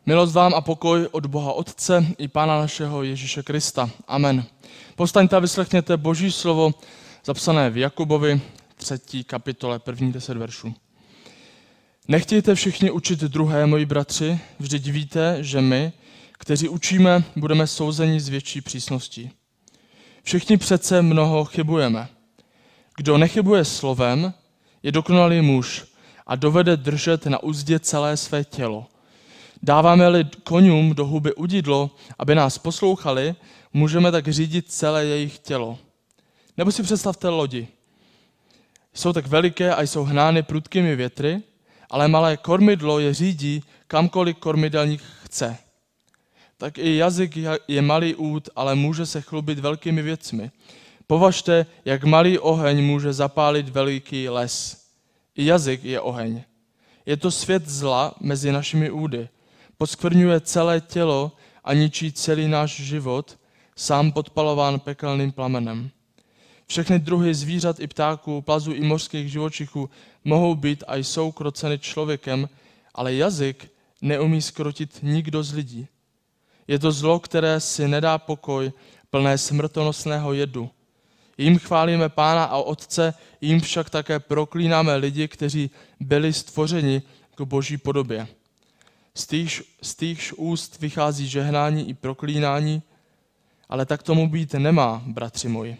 Milost vám a pokoj od Boha Otce i Pána našeho Ježíše Krista. Amen. Povstaňte a vyslechněte Boží slovo zapsané v Jakubovi 3. kapitole 1. 10 veršů. Nechtějte všichni učit druhé, moji bratři, vždyť víte, že my, kteří učíme, budeme souzeni s větší přísností. Všichni přece mnoho chybujeme. Kdo nechybuje slovem, je dokonalý muž a dovede držet na uzdě celé své tělo. Dáváme-li koňům do huby udidlo, aby nás poslouchali, můžeme tak řídit celé jejich tělo. Nebo si představte lodi. Jsou tak veliké a jsou hnány prudkými větry, ale malé kormidlo je řídí kamkoliv kormidelník chce. Tak i jazyk je malý út, ale může se chlubit velkými věcmi. Považte, jak malý oheň může zapálit veliký les. I jazyk je oheň. Je to svět zla mezi našimi údy. Poskvrňuje celé tělo a ničí celý náš život, sám podpalován pekelným plamenem. Všechny druhy zvířat i ptáků, plazů i mořských živočichů mohou být a jsou kroceny člověkem, ale jazyk neumí zkrotit nikdo z lidí. Je to zlo, které si nedá pokoj, plné smrtonosného jedu. Jím chválíme Pána a Otce, jím však také proklínáme lidi, kteří byli stvořeni k Boží podobě. Z týchž úst vychází žehnání i proklínání, ale tak tomu být nemá, bratři moji.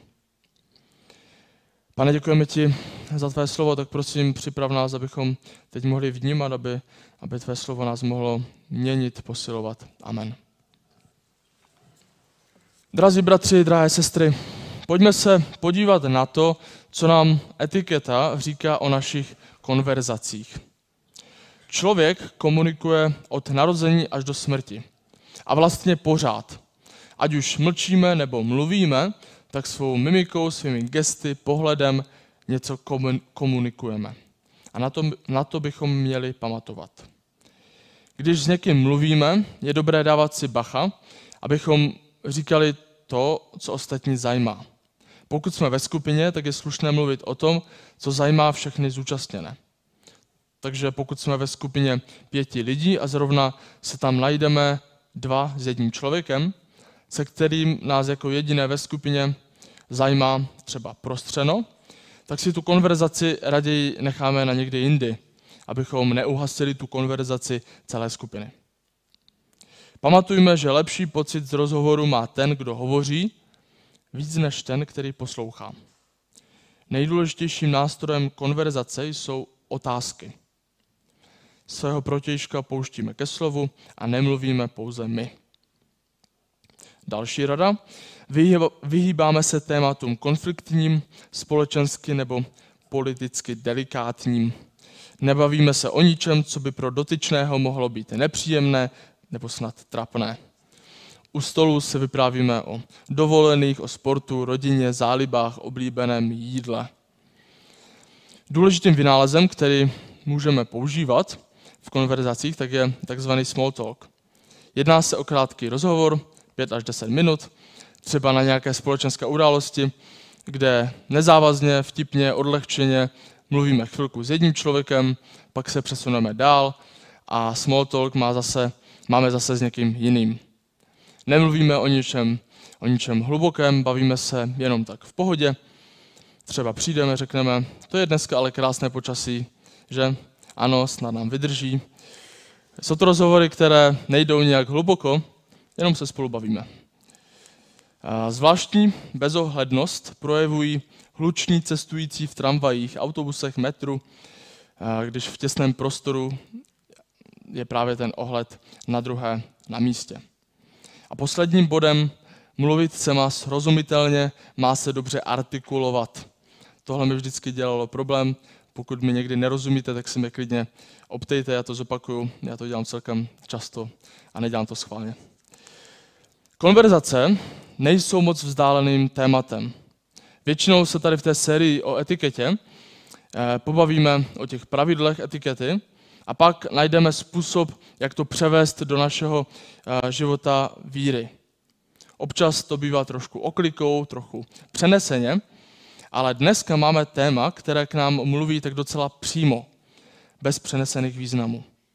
Pane, děkujeme ti za tvé slovo, tak prosím, připrav nás, abychom teď mohli vnímat, aby tvé slovo nás mohlo měnit, posilovat. Amen. Drazí bratři, drahé sestry, pojďme se podívat na to, co nám etiketa říká o našich konverzacích. Člověk komunikuje od narození až do smrti. A vlastně pořád. Ať už mlčíme nebo mluvíme, tak svou mimikou, svými gesty, pohledem něco komunikujeme. A na to bychom měli pamatovat. Když s někým mluvíme, je dobré dávat si bacha, abychom říkali to, co ostatní zajímá. Pokud jsme ve skupině, tak je slušné mluvit o tom, co zajímá všechny zúčastněné. Takže pokud jsme ve skupině 5 lidí a zrovna se tam najdeme 2 s jedním člověkem, se kterým nás jako jediné ve skupině zajímá třeba prostřeno, tak si tu konverzaci raději necháme na někdy jindy, abychom neuhasili tu konverzaci celé skupiny. Pamatujme, že lepší pocit z rozhovoru má ten, kdo hovoří, víc než ten, který poslouchá. Nejdůležitějším nástrojem konverzace jsou otázky. Svého protějška pouštíme ke slovu a nemluvíme pouze my. Další rada. Vyhýbáme se tématům konfliktním, společensky nebo politicky delikátním. Nebavíme se o ničem, co by pro dotyčného mohlo být nepříjemné nebo snad trapné. U stolu se vyprávíme o dovolených, o sportu, rodině, zálibách, oblíbeném jídle. Důležitým vynálezem, který můžeme používat v konverzacích, tak je takzvaný small talk. Jedná se o krátký rozhovor, 5 až 10 minut, třeba na nějaké společenské události, kde nezávazně, vtipně, odlehčeně mluvíme chvilku s jedním člověkem, pak se přesuneme dál a small talk máme zase s někým jiným. Nemluvíme o ničem hlubokém, bavíme se jenom tak v pohodě. Třeba přijdeme, řekneme, to je dneska ale krásné počasí, že ano, snad nám vydrží. Jsou to rozhovory, které nejdou nějak hluboko, jenom se spolu bavíme. Zvláštní bezohlednost projevují hluční cestující v tramvajích, autobusech, metru, když v těsném prostoru je právě ten ohled na druhé na místě. A posledním bodem, mluvit se má srozumitelně, má se dobře artikulovat. Tohle mi vždycky dělalo problém. Pokud mi někdy nerozumíte, tak si mě klidně optejte, já to zopakuju, já to dělám celkem často a nedělám to schválně. Konverzace nejsou moc vzdáleným tématem. Většinou se tady v té sérii o etiketě pobavíme o těch pravidlech etikety a pak najdeme způsob, jak to převést do našeho života víry. Občas to bývá trošku oklikou, trochu přeneseně, ale dneska máme téma, které k nám mluví tak docela přímo, bez přenesených významů.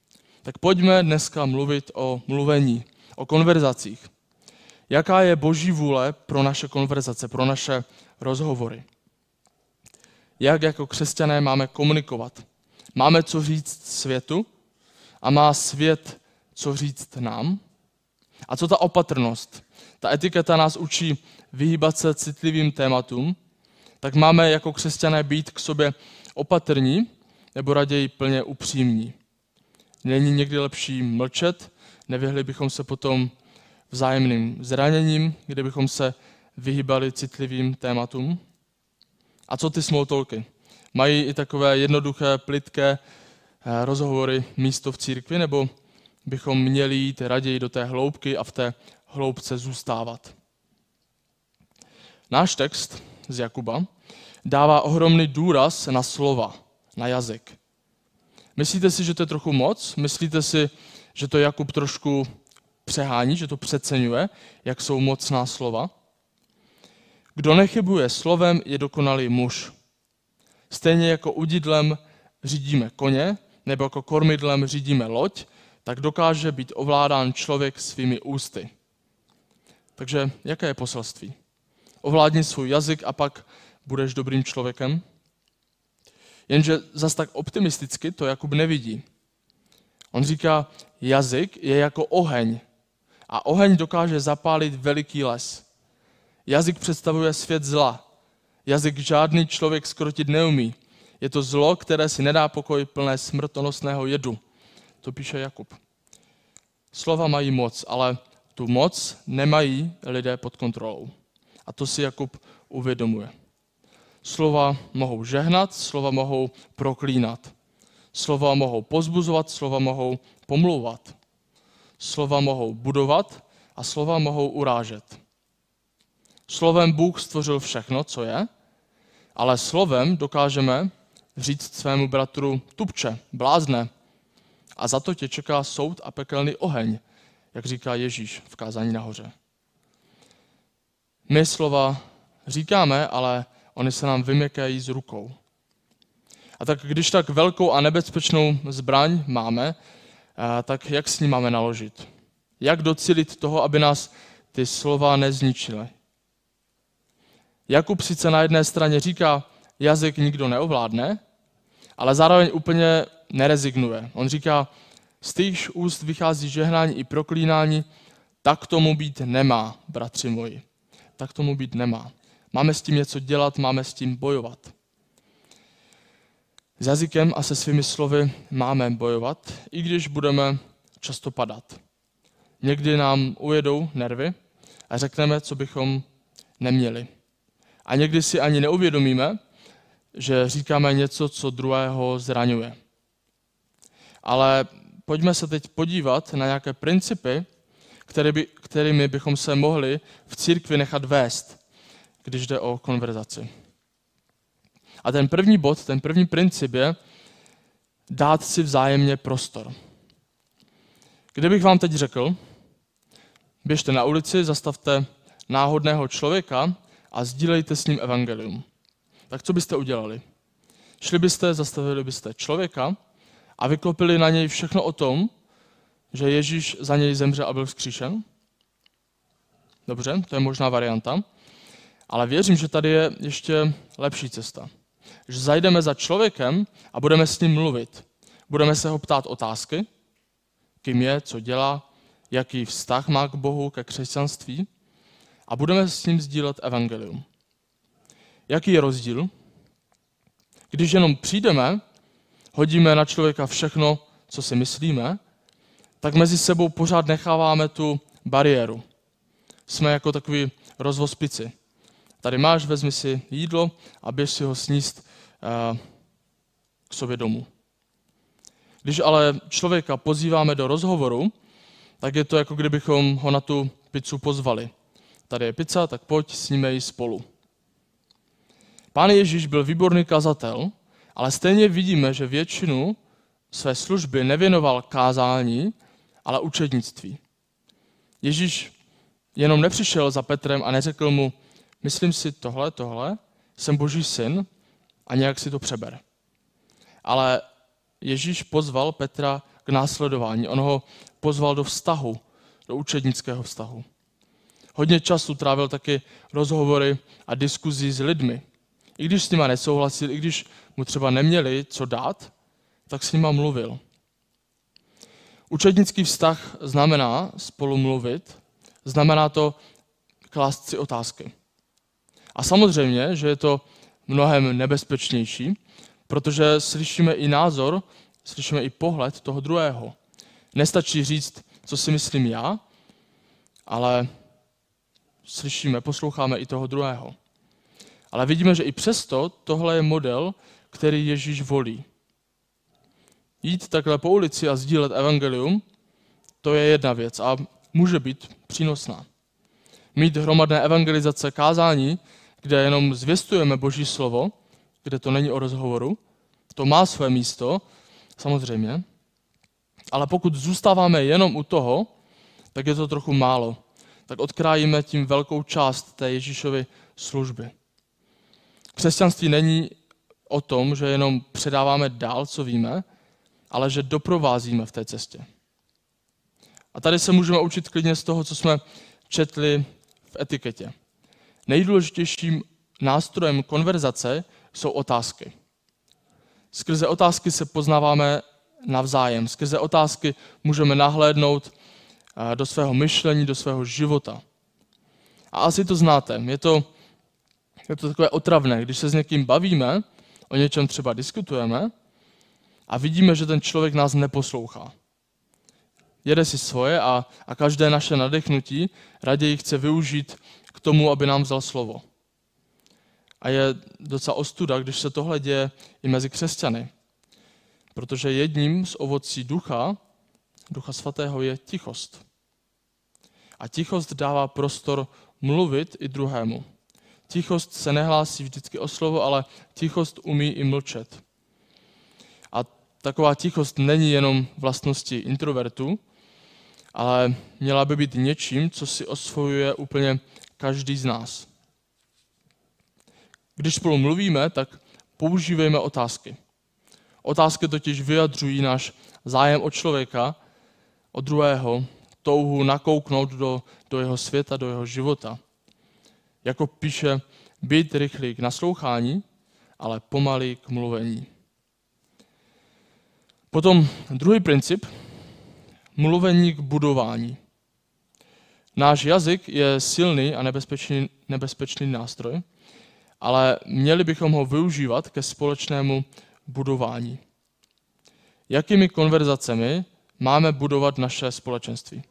Tak pojďme dneska mluvit o mluvení, o konverzacích. Jaká je Boží vůle pro naše konverzace, pro naše rozhovory? Jak jako křesťané máme komunikovat? Máme co říct světu a má svět co říct nám? A co ta opatrnost? Ta etiketa nás učí vyhýbat se citlivým tématům, tak máme jako křesťané být k sobě opatrní nebo raději plně upřímní. Není někdy lepší mlčet, nevyhli bychom se potom vzájemným zraněním, kde bychom se vyhýbali citlivým tématům? A co ty small talky? Mají i takové jednoduché, plytké rozhovory místo v církvi, nebo bychom měli jít raději do té hloubky a v té hloubce zůstávat? Náš text z Jakuba dává ohromný důraz na slova, na jazyk. Myslíte si, že to je trochu moc? Myslíte si, že to Jakub trošku přehání, že to přeceňuje, jak jsou mocná slova? Kdo nechybuje slovem, je dokonalý muž. Stejně jako udidlem řídíme koně, nebo jako kormidlem řídíme loď, tak dokáže být ovládán člověk svými ústy. Takže jaké je poselství? Ovládni svůj jazyk a pak budeš dobrým člověkem? Jenže zas tak optimisticky to Jakub nevidí. On říká, jazyk je jako oheň a oheň dokáže zapálit veliký les. Jazyk představuje svět zla. Jazyk žádný člověk zkrotit neumí. Je to zlo, které si nedá pokoj, plné smrtonosného jedu. To píše Jakub. Slova mají moc, ale tu moc nemají lidé pod kontrolou. A to si Jakub uvědomuje. Slova mohou žehnat, slova mohou proklínat. Slova mohou povzbuzovat, slova mohou pomlouvat. Slova mohou budovat a slova mohou urážet. Slovem Bůh stvořil všechno, co je, ale slovem dokážeme říct svému bratru tupče, blázne. A za to tě čeká soud a pekelný oheň, jak říká Ježíš v kázání nahoře. My slova říkáme, ale oni se nám vyměkají z rukou. A tak když tak velkou a nebezpečnou zbraň máme, tak jak s ní máme naložit? Jak docílit toho, aby nás ty slova nezničily? Jakub sice na jedné straně říká, jazyk nikdo neovládne, ale zároveň úplně nerezignuje. On říká, z těch úst vychází žehnání i proklínání, tak tomu být nemá, bratři moji. Tak tomu být nemá. Máme s tím něco dělat, máme s tím bojovat. S jazykem a se svými slovy máme bojovat, i když budeme často padat. Někdy nám ujedou nervy a řekneme, co bychom neměli. A někdy si ani neuvědomíme, že říkáme něco, co druhého zraňuje. Ale pojďme se teď podívat na nějaké principy, kterými bychom se mohli v církvi nechat vést, když jde o konverzaci. A ten první bod, ten první princip je dát si vzájemně prostor. Kdybych vám teď řekl, běžte na ulici, zastavte náhodného člověka a sdílejte s ním evangelium. Tak co byste udělali? Šli byste, zastavili byste člověka a vyklopili na něj všechno o tom, že Ježíš za něj zemřel a byl vzkříšen? Dobře, to je možná varianta. Ale věřím, že tady je ještě lepší cesta. Že zajdeme za člověkem a budeme s ním mluvit. Budeme se ho ptát otázky, kým je, co dělá, jaký vztah má k Bohu, ke křesťanství a budeme s ním sdílet evangelium. Jaký je rozdíl? Když jenom přijdeme, hodíme na člověka všechno, co si myslíme, tak mezi sebou pořád necháváme tu bariéru. Jsme jako takový rozvoz pici. Tady máš, vezmi si jídlo a běž si ho sníst k sobě domů. Když ale člověka pozýváme do rozhovoru, tak je to jako kdybychom ho na tu pizzu pozvali. Tady je pizza, tak pojď, sníme ji spolu. Pán Ježíš byl výborný kazatel, ale stejně vidíme, že většinu své služby nevěnoval kázání, ale učednictví. Ježíš jenom nepřišel za Petrem a neřekl mu, myslím si tohle, jsem Boží syn a nějak si to přeber. Ale Ježíš pozval Petra k následování. On ho pozval do vztahu, do učednického vztahu. Hodně času trávil taky rozhovory a diskuzí s lidmi. I když s nima nesouhlasil, i když mu třeba neměli co dát, tak s nima mluvil. Učednický vztah znamená spolu mluvit, znamená to klást si otázky. A samozřejmě, že je to mnohem nebezpečnější, protože slyšíme i názor, slyšíme i pohled toho druhého. Nestačí říct, co si myslím já, ale posloucháme i toho druhého. Ale vidíme, že i přesto tohle je model, který Ježíš volí. Jít takhle po ulici a sdílet evangelium, to je jedna věc a může být přínosná. Mít hromadné evangelizace, kázání, kde jenom zvěstujeme Boží slovo, kde to není o rozhovoru, to má své místo, samozřejmě, ale pokud zůstáváme jenom u toho, tak je to trochu málo. Tak odkrájíme tím velkou část té Ježíšovy služby. Křesťanství není o tom, že jenom předáváme dál, co víme, ale že doprovázíme v té cestě. A tady se můžeme učit klidně z toho, co jsme četli v etiketě. Nejdůležitějším nástrojem konverzace jsou otázky. Skrze otázky se poznáváme navzájem. Skrze otázky můžeme nahlédnout do svého myšlení, do svého života. A asi to znáte. Je to takové otravné, když se s někým bavíme, o něčem třeba diskutujeme a vidíme, že ten člověk nás neposlouchá. Jede si svoje a každé naše nadechnutí raději chce využít k tomu, aby nám vzal slovo. A je docela ostuda, když se tohle děje i mezi křesťany. Protože jedním z ovocí Ducha Svatého je tichost. A tichost dává prostor mluvit i druhému. Tichost se nehlásí vždycky o slovo, ale tichost umí i mlčet. A taková tichost není jenom vlastností introvertů, ale měla by být něčím, co si osvojuje úplně každý z nás. Když spolu mluvíme, tak používejme otázky. Otázky totiž vyjadřují náš zájem o člověka, o druhého, touhu nakouknout do jeho světa, do jeho života. Jako píše, být rychlý k naslouchání, ale pomalý k mluvení. Potom druhý princip, mluvení k budování. Náš jazyk je silný a nebezpečný nástroj, ale měli bychom ho využívat ke společnému budování. Jakými konverzacemi máme budovat naše společenství?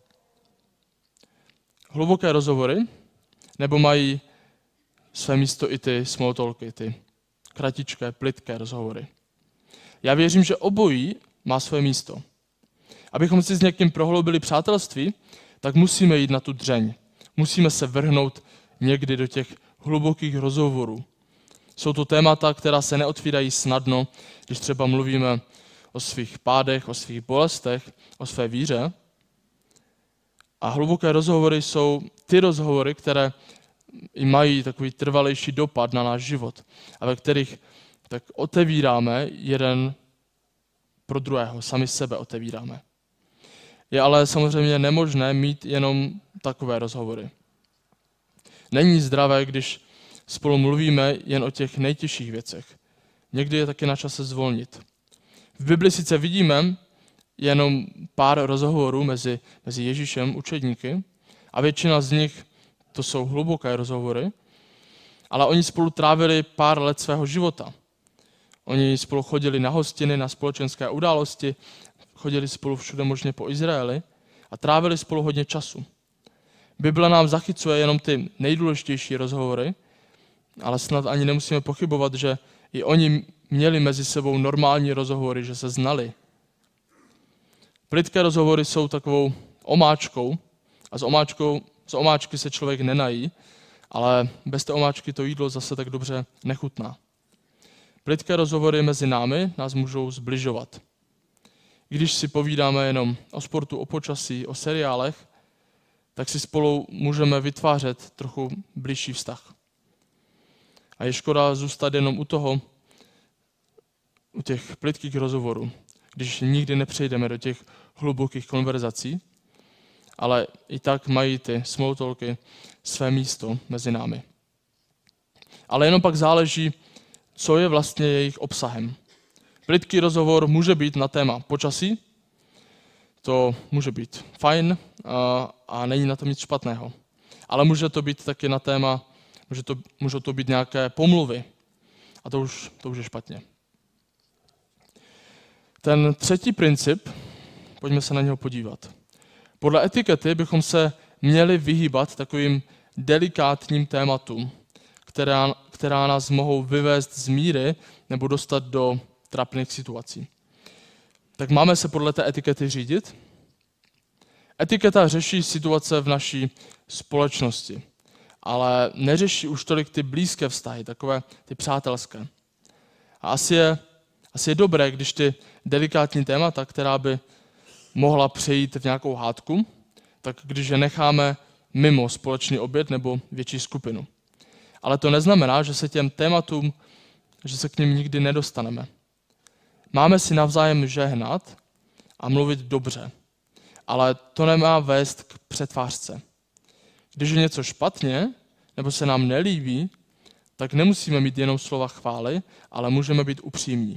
Hluboké rozhovory, nebo mají své místo i ty small talky, ty kratičké, plytké rozhovory? Já věřím, že obojí má své místo. Abychom si s někým prohloubili přátelství, tak musíme jít na tu dřeň. Musíme se vrhnout někdy do těch hlubokých rozhovorů. Jsou to témata, která se neotvírají snadno, když třeba mluvíme o svých pádech, o svých bolestech, o své víře. A hluboké rozhovory jsou ty rozhovory, které i mají takový trvalejší dopad na náš život a ve kterých tak otevíráme jeden pro druhého, sami sebe otevíráme. Je ale samozřejmě nemožné mít jenom takové rozhovory. Není zdravé, když spolu mluvíme jen o těch nejtěžších věcech. Někdy je taky na čase zvolnit. V Bibli sice vidíme jenom pár rozhovorů mezi Ježíšem, učedníky, a většina z nich to jsou hluboké rozhovory, ale oni spolu trávili pár let svého života. Oni spolu chodili na hostiny, na společenské události, chodili spolu všude možně po Izraeli a trávili spolu hodně času. Bible nám zachycuje jenom ty nejdůležitější rozhovory, ale snad ani nemusíme pochybovat, že i oni měli mezi sebou normální rozhovory, že se znali. Plytké rozhovory jsou takovou omáčkou a z omáčky se člověk nenají, ale bez té omáčky to jídlo zase tak dobře nechutná. Plytké rozhovory mezi námi nás můžou zbližovat. Když si povídáme jenom o sportu, o počasí, o seriálech, tak si spolu můžeme vytvářet trochu bližší vztah. A je škoda zůstat jenom u těch plytkých rozhovorů. když nikdy nepřejdeme do těch hlubokých konverzací, ale i tak mají ty small talky své místo mezi námi. Ale jenom pak záleží, co je vlastně jejich obsahem. Plytký rozhovor může být na téma počasí, to může být fajn a není na tom nic špatného. Ale může to být taky na téma, můžou to být nějaké pomluvy a to už je špatně. Ten třetí princip, pojďme se na něho podívat. Podle etikety bychom se měli vyhýbat takovým delikátním tématům, která nás mohou vyvést z míry nebo dostat do trapných situací. Tak máme se podle té etikety řídit? Etiketa řeší situace v naší společnosti, ale neřeší už tolik ty blízké vztahy, takové ty přátelské. A asi je dobré, když ty delikátní témata, která by mohla přejít v nějakou hádku, tak když je necháme mimo společný oběd nebo větší skupinu. Ale to neznamená, že se těm tématům, že se k nim nikdy nedostaneme. Máme si navzájem žehnat a mluvit dobře, ale to nemá vést k přetvářce. Když je něco špatně nebo se nám nelíbí, tak nemusíme mít jenom slova chvály, ale můžeme být upřímní.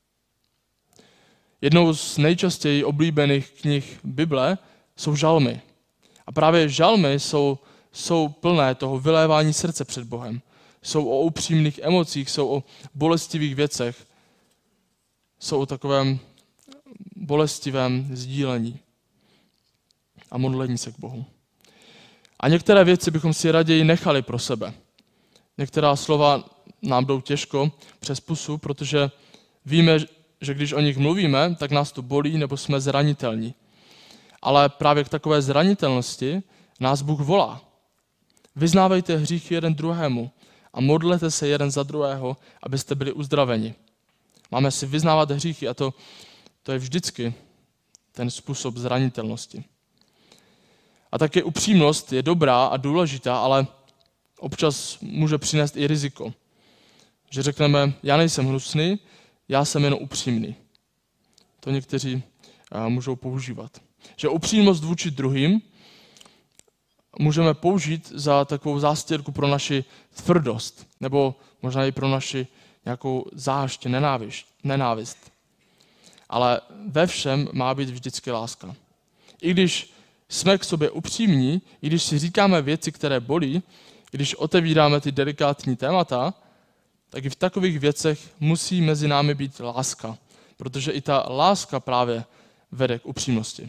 Jednou z nejčastěji oblíbených knih Bible jsou žalmy. A právě žalmy jsou plné toho vylévání srdce před Bohem. Jsou o upřímných emocích, jsou o bolestivých věcech, jsou o takovém bolestivém sdílení a modlení se k Bohu. A některé věci bychom si raději nechali pro sebe. Některá slova nám jdou těžko přes pusu, protože víme, že když o nich mluvíme, tak nás to bolí nebo jsme zranitelní. Ale právě k takové zranitelnosti nás Bůh volá. Vyznávejte hříchy jeden druhému a modlete se jeden za druhého, abyste byli uzdraveni. Máme si vyznávat hříchy a to je vždycky ten způsob zranitelnosti. A také upřímnost je dobrá a důležitá, ale občas může přinést i riziko. Že řekneme, já nejsem hnusný, já jsem jen upřímný. To někteří můžou používat. Že upřímnost vůči druhým můžeme použít za takovou zástěrku pro naši tvrdost, nebo možná i pro naši nějakou zášť, nenávist. Ale ve všem má být vždycky láska. I když jsme k sobě upřímní, i když si říkáme věci, které bolí, i když otevíráme ty delikátní témata, tak i v takových věcech musí mezi námi být láska, protože i ta láska právě vede k upřímnosti.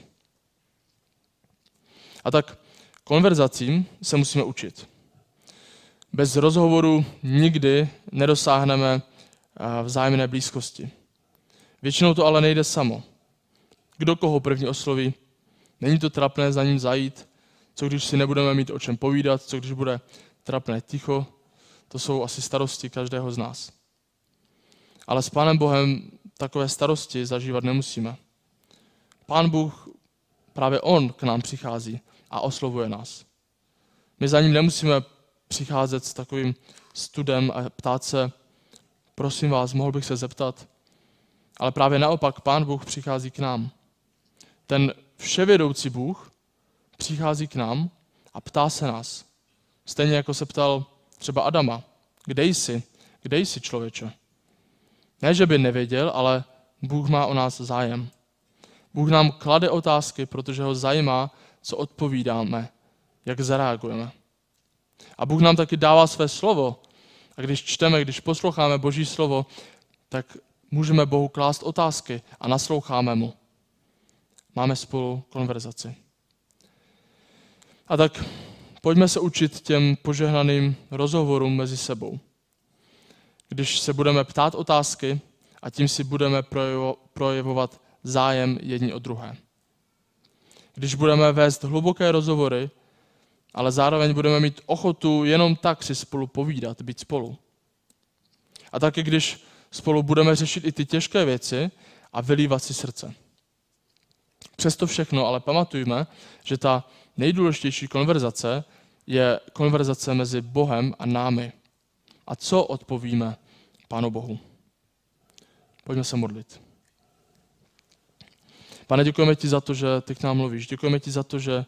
A tak konverzacím se musíme učit. Bez rozhovoru nikdy nedosáhneme vzájemné blízkosti. Většinou to ale nejde samo. Kdo koho první osloví? Není to trapné za ním zajít? Co když si nebudeme mít o čem povídat? Co když bude trapné ticho? To jsou asi starosti každého z nás. Ale s Pánem Bohem takové starosti zažívat nemusíme. Pán Bůh, právě On k nám přichází a oslovuje nás. My za ním nemusíme přicházet s takovým studem a ptát se, prosím vás, mohl bych se zeptat? Ale právě naopak Pán Bůh přichází k nám. Ten vševědoucí Bůh přichází k nám a ptá se nás. Stejně jako se ptal třeba Adama, kde jsi člověče? Ne, že by nevěděl, ale Bůh má o nás zájem. Bůh nám klade otázky, protože ho zajímá, co odpovídáme, jak zareagujeme. A Bůh nám taky dává své slovo. A když posloucháme Boží slovo, tak můžeme Bohu klást otázky a nasloucháme mu. Máme spolu konverzaci. A tak pojďme se učit těm požehnaným rozhovorům mezi sebou. Když se budeme ptát otázky a tím si budeme projevovat zájem jedni o druhé. Když budeme vést hluboké rozhovory, ale zároveň budeme mít ochotu jenom tak si spolu povídat, být spolu. A taky když spolu budeme řešit i ty těžké věci a vylívat si srdce. Přesto všechno ale pamatujme, že ta nejdůležitější konverzace je konverzace mezi Bohem a námi. A co odpovíme Pánu Bohu? Pojďme se modlit. Pane, děkujeme ti za to, že ty k nám mluvíš. Děkujeme ti za to, že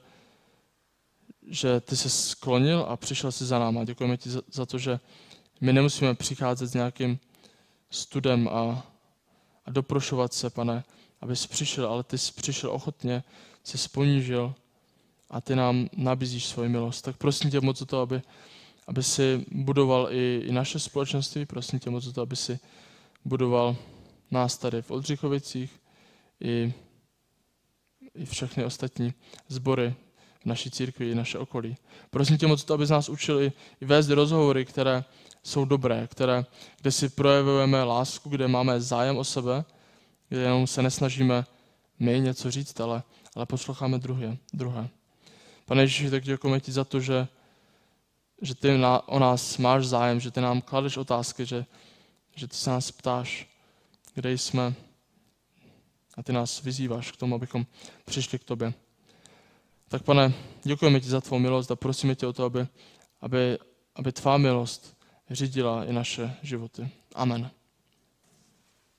ty se sklonil a přišel si za náma. Děkujeme ti za to, že my nemusíme přicházet s nějakým studem a doprošovat se, Pane, abys přišel, ale ty jsi přišel ochotně, jsi ponížil a ty nám nabízíš svoji milost. Tak prosím tě moc o to, aby si budoval i naše společenství, prosím tě moc o to, aby si budoval nás tady v Oldřichovicích i všechny ostatní sbory v naší církvi i naše okolí. Prosím tě moc o to, aby z nás učili i vést rozhovory, které jsou dobré, kde si projevujeme lásku, kde máme zájem o sebe, kde jenom se nesnažíme my něco říct, ale posloucháme druhé. Pane Ježíši, tak děkujeme ti za to, že ty o nás máš zájem, že ty nám kladeš otázky, že ty se nás ptáš, kde jsme a ty nás vyzýváš k tomu, abychom přišli k tobě. Tak Pane, děkujeme ti za tvou milost a prosíme tě o to, aby tvá milost řídila i naše životy. Amen.